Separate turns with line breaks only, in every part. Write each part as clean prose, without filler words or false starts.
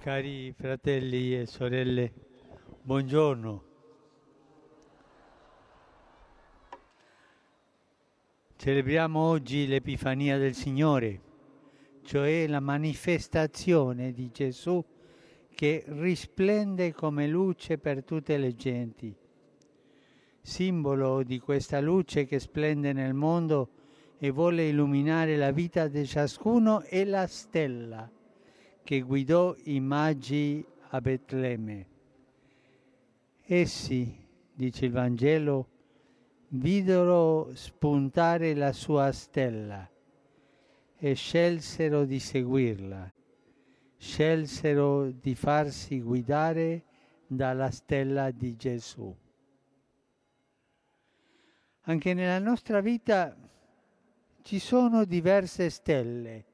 Cari fratelli e sorelle, buongiorno. Celebriamo oggi l'Epifania del Signore, cioè la manifestazione di Gesù che risplende come luce per tutte le genti. Simbolo di questa luce che splende nel mondo e vuole illuminare la vita di ciascuno è la stella che guidò i magi a Betlemme. Essi, dice il Vangelo, videro spuntare la sua stella e scelsero di seguirla, scelsero di farsi guidare dalla stella di Gesù. Anche nella nostra vita ci sono diverse stelle,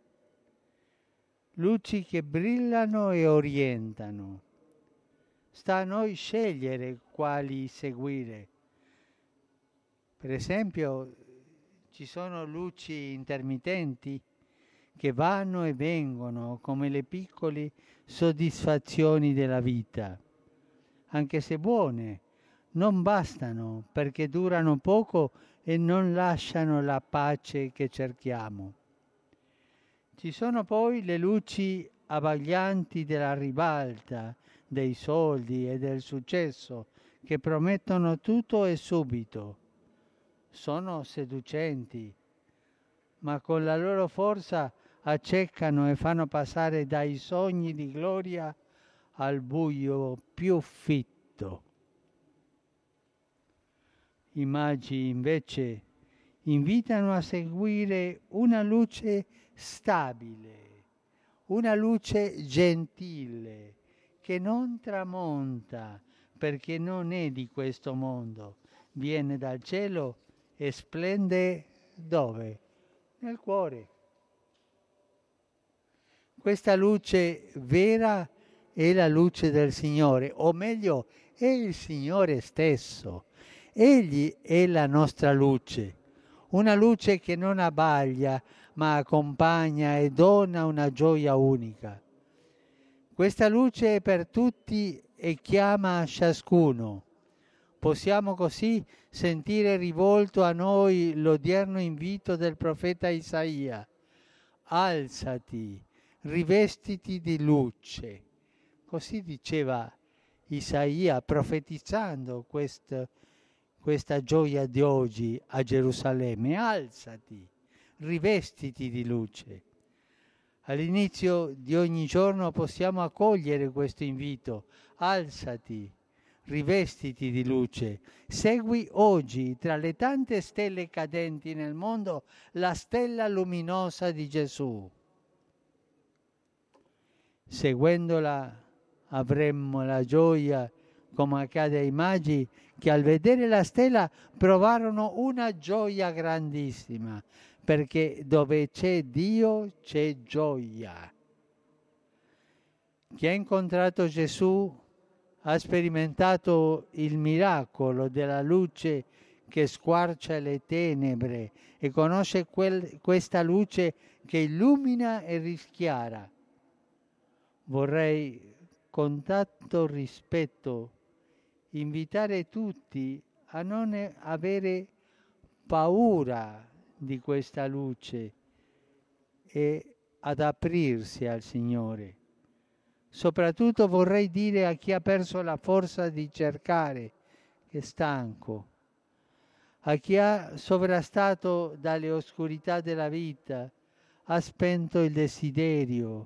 luci che brillano e orientano. Sta a noi scegliere quali seguire. Per esempio, ci sono luci intermittenti che vanno e vengono come le piccole soddisfazioni della vita. Anche se buone, non bastano perché durano poco e non lasciano la pace che cerchiamo. Ci sono poi le luci abbaglianti della ribalta, dei soldi e del successo che promettono tutto e subito. Sono seducenti, ma con la loro forza accecano e fanno passare dai sogni di gloria al buio più fitto. I magi invece invitano a seguire una luce stabile, una luce gentile, che non tramonta perché non è di questo mondo, viene dal cielo e splende dove? Nel cuore. Questa luce vera è la luce del Signore, o meglio, è il Signore stesso. Egli è la nostra luce, una luce che non abbaglia, ma accompagna e dona una gioia unica. Questa luce è per tutti e chiama ciascuno. Possiamo così sentire rivolto a noi l'odierno invito del profeta Isaia. Alzati, rivestiti di luce. Così diceva Isaia profetizzando questa gioia di oggi a Gerusalemme. Alzati, rivestiti di luce. All'inizio di ogni giorno possiamo accogliere questo invito. Alzati, rivestiti di luce. Segui oggi, tra le tante stelle cadenti nel mondo, la stella luminosa di Gesù. Seguendola avremmo la gioia, come accade ai magi, che al vedere la stella provarono una gioia grandissima, perché dove c'è Dio c'è gioia. Chi ha incontrato Gesù ha sperimentato il miracolo della luce che squarcia le tenebre e conosce questa luce che illumina e rischiara. Vorrei con tanto rispetto invitare tutti a non avere paura di questa luce e ad aprirsi al Signore. Soprattutto vorrei dire a chi ha perso la forza di cercare, che è stanco, a chi ha sovrastato dalle oscurità della vita, ha spento il desiderio.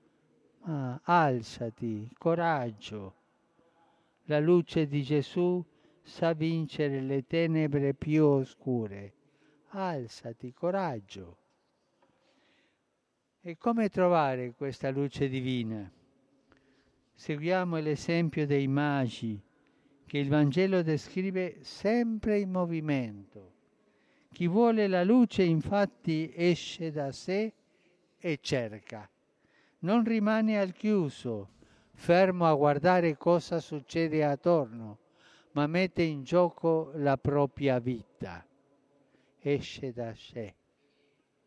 Alzati, coraggio. La luce di Gesù sa vincere le tenebre più oscure. Alzati, coraggio. E come trovare questa luce divina? Seguiamo l'esempio dei magi, che il Vangelo descrive sempre in movimento. Chi vuole la luce, infatti, esce da sé e cerca. Non rimane al chiuso, fermo a guardare cosa succede attorno, ma mette in gioco la propria vita. Esce da sé.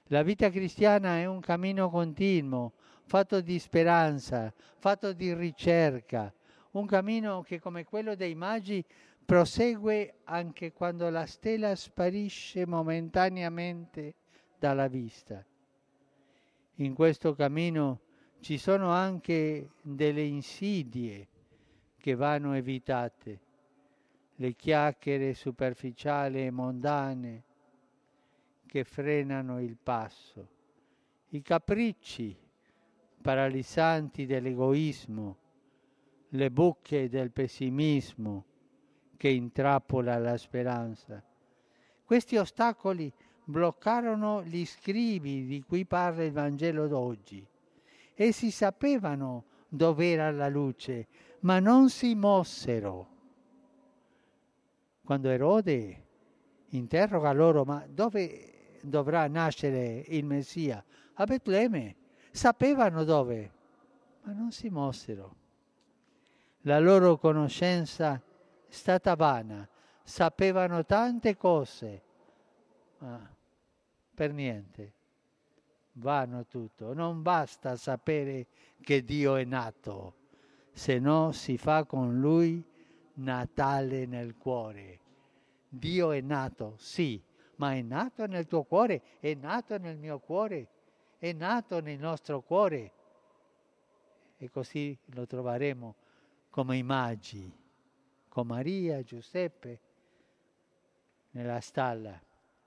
La vita cristiana è un cammino continuo, fatto di speranza, fatto di ricerca, un cammino che come quello dei magi prosegue anche quando la stella sparisce momentaneamente dalla vista. In questo cammino ci sono anche delle insidie che vanno evitate, le chiacchiere superficiali e mondane che frenano il passo, i capricci paralizzanti dell'egoismo, le buche del pessimismo che intrappola la speranza. Questi ostacoli bloccarono gli scribi di cui parla il Vangelo d'oggi. Essi sapevano dov'era la luce, ma non si mossero. Quando Erode interroga loro, ma dove dovrà nascere il Messia? A Betlemme. Sapevano dove, ma non si mossero. La loro conoscenza è stata vana. Sapevano tante cose, ma per niente. Vano tutto. Non basta sapere che Dio è nato, se no si fa con Lui Natale nel cuore. Dio è nato, sì, ma è nato nel tuo cuore, è nato nel mio cuore, è nato nel nostro cuore. E così lo troveremo come i magi, con Maria, Giuseppe, nella stalla.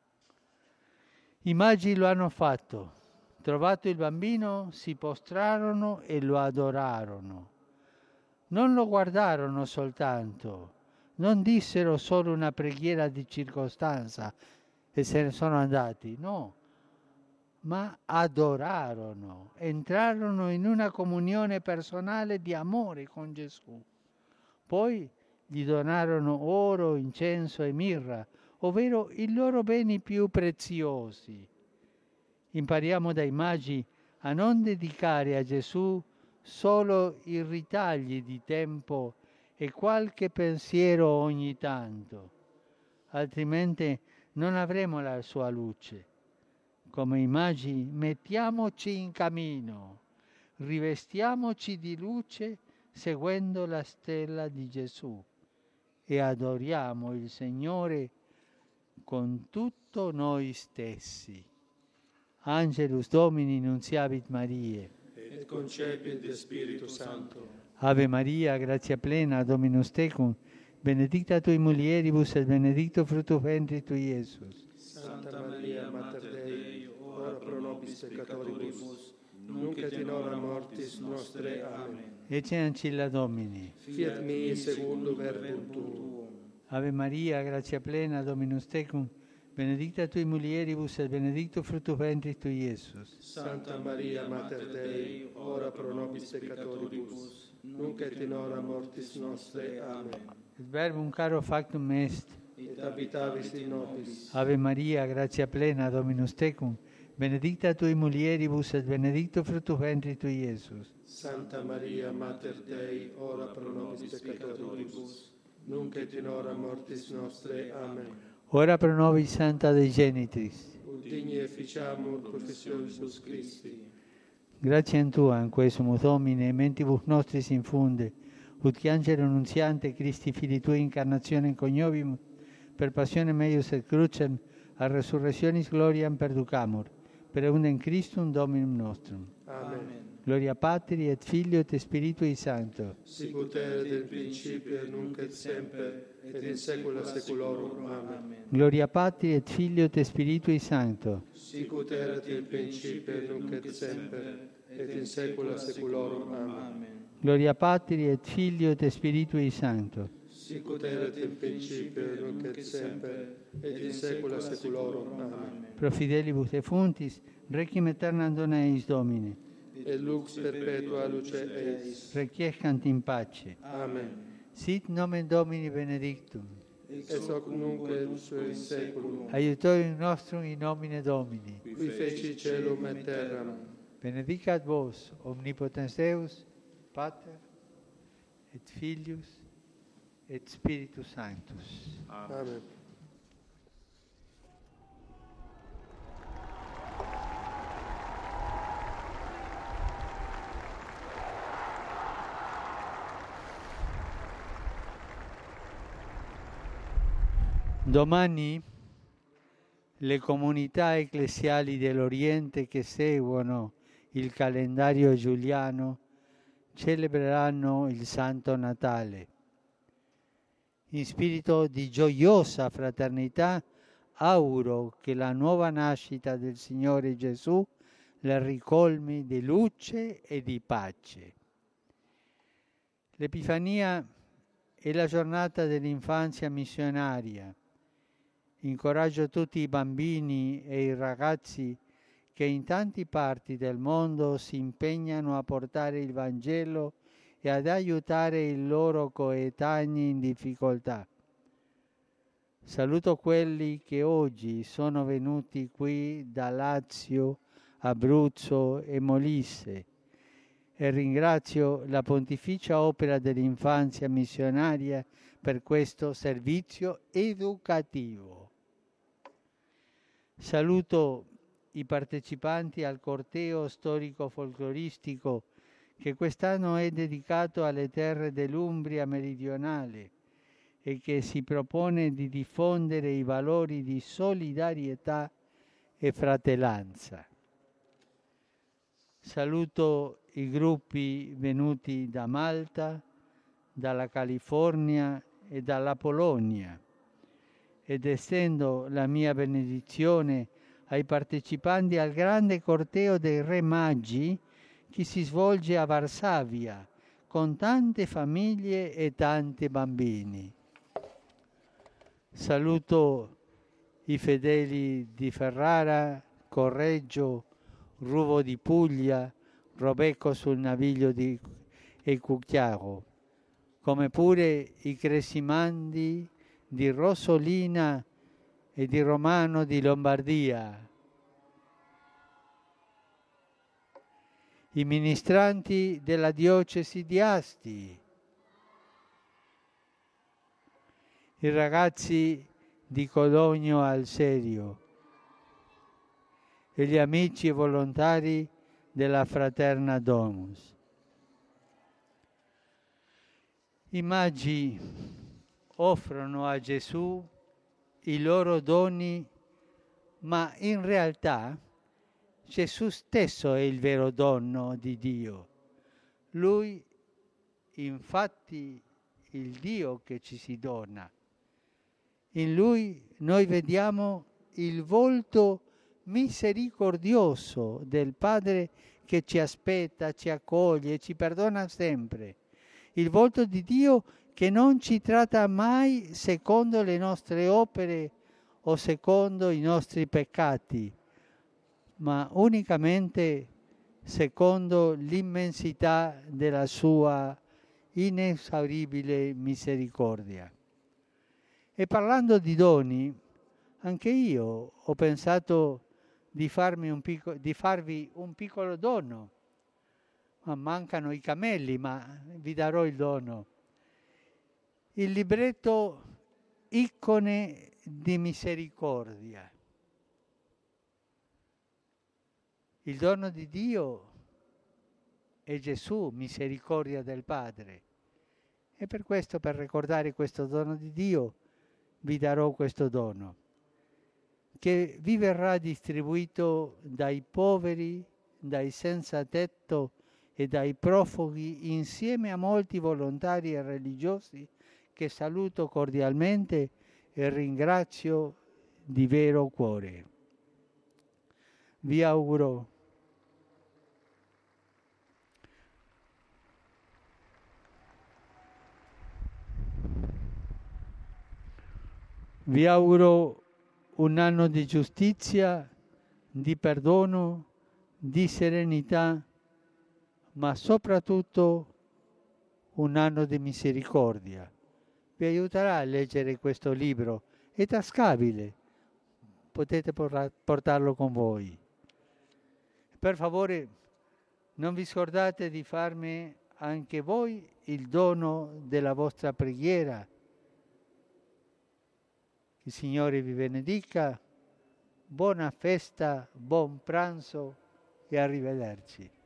I magi lo hanno fatto. Trovato il bambino, si postrarono e lo adorarono. Non lo guardarono soltanto, non dissero solo una preghiera di circostanza e se ne sono andati, no, ma adorarono, entrarono in una comunione personale di amore con Gesù. Poi gli donarono oro, incenso e mirra, ovvero i loro beni più preziosi. Impariamo dai magi a non dedicare a Gesù solo i ritagli di tempo e qualche pensiero ogni tanto, altrimenti non avremo la sua luce. Come i magi mettiamoci in cammino, rivestiamoci di luce seguendo la stella di Gesù e adoriamo il Signore con tutto noi stessi. Angelus Domini nunciavit Mariae.
Et concepit de Spiritu Sancto.
Ave Maria, gratia plena, Dominus tecum, benedicta tui mulieribus et benedictus fructus ventris tui, Iesus.
Santa Maria, Mater Dei, ora pro nobis peccatoribus, nunc et in hora mortis nostre. Amen.
Ecce ancilla Domini.
Fiat mi secundum verbum tuum.
Ave Maria, gratia plena, Dominus tecum, benedicta tui mulieribus et benedictus fructus ventris tui, Iesus.
Santa Maria, Mater Dei, ora pro nobis peccatoribus, nunc et in hora mortis nostre. Amen.
Et verbum caro factum est.
Et habitavit in nobis.
Ave Maria, gratia plena, Dominus tecum, benedicta tui mulieribus et benedictus fructus ventris tui, Iesus.
Santa Maria, Mater Dei, ora pro nobis peccatoribus, nunc et in hora mortis nostre. Amen.
Ora pro nobis Santa Dei Genitris.
Ut digni efficiamur professionibus Christi.
Gratiam Tua, in quae sumus Domine, mentibus nostris infunde, ut che angelo nunziante Christi Fili Tui incarnationem coniovimus, per passionem eius et crucem, a resurrectionis gloriam perducamur, per eundem Christum Dominum nostrum.
Amen.
Gloria Patri et Filio et Spiritui Sancto.
Sicut erat in principio et nunc et semper et in saecula saeculorum. Amen.
Gloria Patri et Filio et Spiritui Sancto.
Sicut erat in principio et nunc et semper et in saecula saeculorum. Amen.
Gloria Patri et Filio et Spiritui Sancto.
Sicut erat in principio et nunc et semper et in saecula saeculorum. Amen.
Pro fidelibus defuntis, requiem aeternam dona eis Domine.
Et lux perpetua luce eis.
Requiescant in pace.
Amen.
Sit nomen Domini benedictum.
Ex hoc nunc et usque in saeculum.
Aiutorium nostrum in nomine Domini.
Qui feci celum et terram.
Benedicat vos, omnipotens Deus, Pater, et Filius, et Spiritus Sanctus.
Amen.
Domani le comunità ecclesiali dell'Oriente che seguono il calendario giuliano celebreranno il Santo Natale. In spirito di gioiosa fraternità auguro che la nuova nascita del Signore Gesù la ricolmi di luce e di pace. L'Epifania è la giornata dell'infanzia missionaria. Incoraggio tutti i bambini e i ragazzi che in tante parti del mondo si impegnano a portare il Vangelo e ad aiutare i loro coetanei in difficoltà. Saluto quelli che oggi sono venuti qui da Lazio, Abruzzo e Molise e ringrazio la Pontificia Opera dell'Infanzia Missionaria per questo servizio educativo. Saluto i partecipanti al corteo storico-folcloristico che quest'anno è dedicato alle terre dell'Umbria meridionale e che si propone di diffondere i valori di solidarietà e fratellanza. Saluto i gruppi venuti da Malta, dalla California e dalla Polonia ed estendo la mia benedizione ai partecipanti al grande corteo dei Re Magi che si svolge a Varsavia con tante famiglie e tanti bambini. Saluto i fedeli di Ferrara, Correggio, Ruvo di Puglia, Robeco sul Naviglio e Cucchiaro, come pure i cresimandi di Rossolina e di Romano di Lombardia, i ministranti della diocesi di Asti, i ragazzi di Codogno al Serio e gli amici e volontari della Fraterna Domus. I magi offrono a Gesù i loro doni, ma in realtà Gesù stesso è il vero dono di Dio. Lui, infatti, il Dio che ci si dona. In Lui noi vediamo il volto misericordioso del Padre che ci aspetta, ci accoglie, ci perdona sempre. Il volto di Dio che non ci tratta mai secondo le nostre opere o secondo i nostri peccati, ma unicamente secondo l'immensità della sua inesauribile misericordia. E parlando di doni, anche io ho pensato di farvi un piccolo dono. Ma mancano i camelli, ma vi darò il dono. Il libretto Icone di misericordia. Il dono di Dio è Gesù, misericordia del Padre. E per questo, per ricordare questo dono di Dio, vi darò questo dono, che vi verrà distribuito dai poveri, dai senza tetto e dai profughi, insieme a molti volontari e religiosi che saluto cordialmente e ringrazio di vero cuore. Vi auguro un anno di giustizia, di perdono, di serenità, ma soprattutto un anno di misericordia. Vi aiuterà a leggere questo libro, è tascabile, potete portarlo con voi. Per favore, non vi scordate di farmi anche voi il dono della vostra preghiera. Il Signore vi benedica, buona festa, buon pranzo e arrivederci.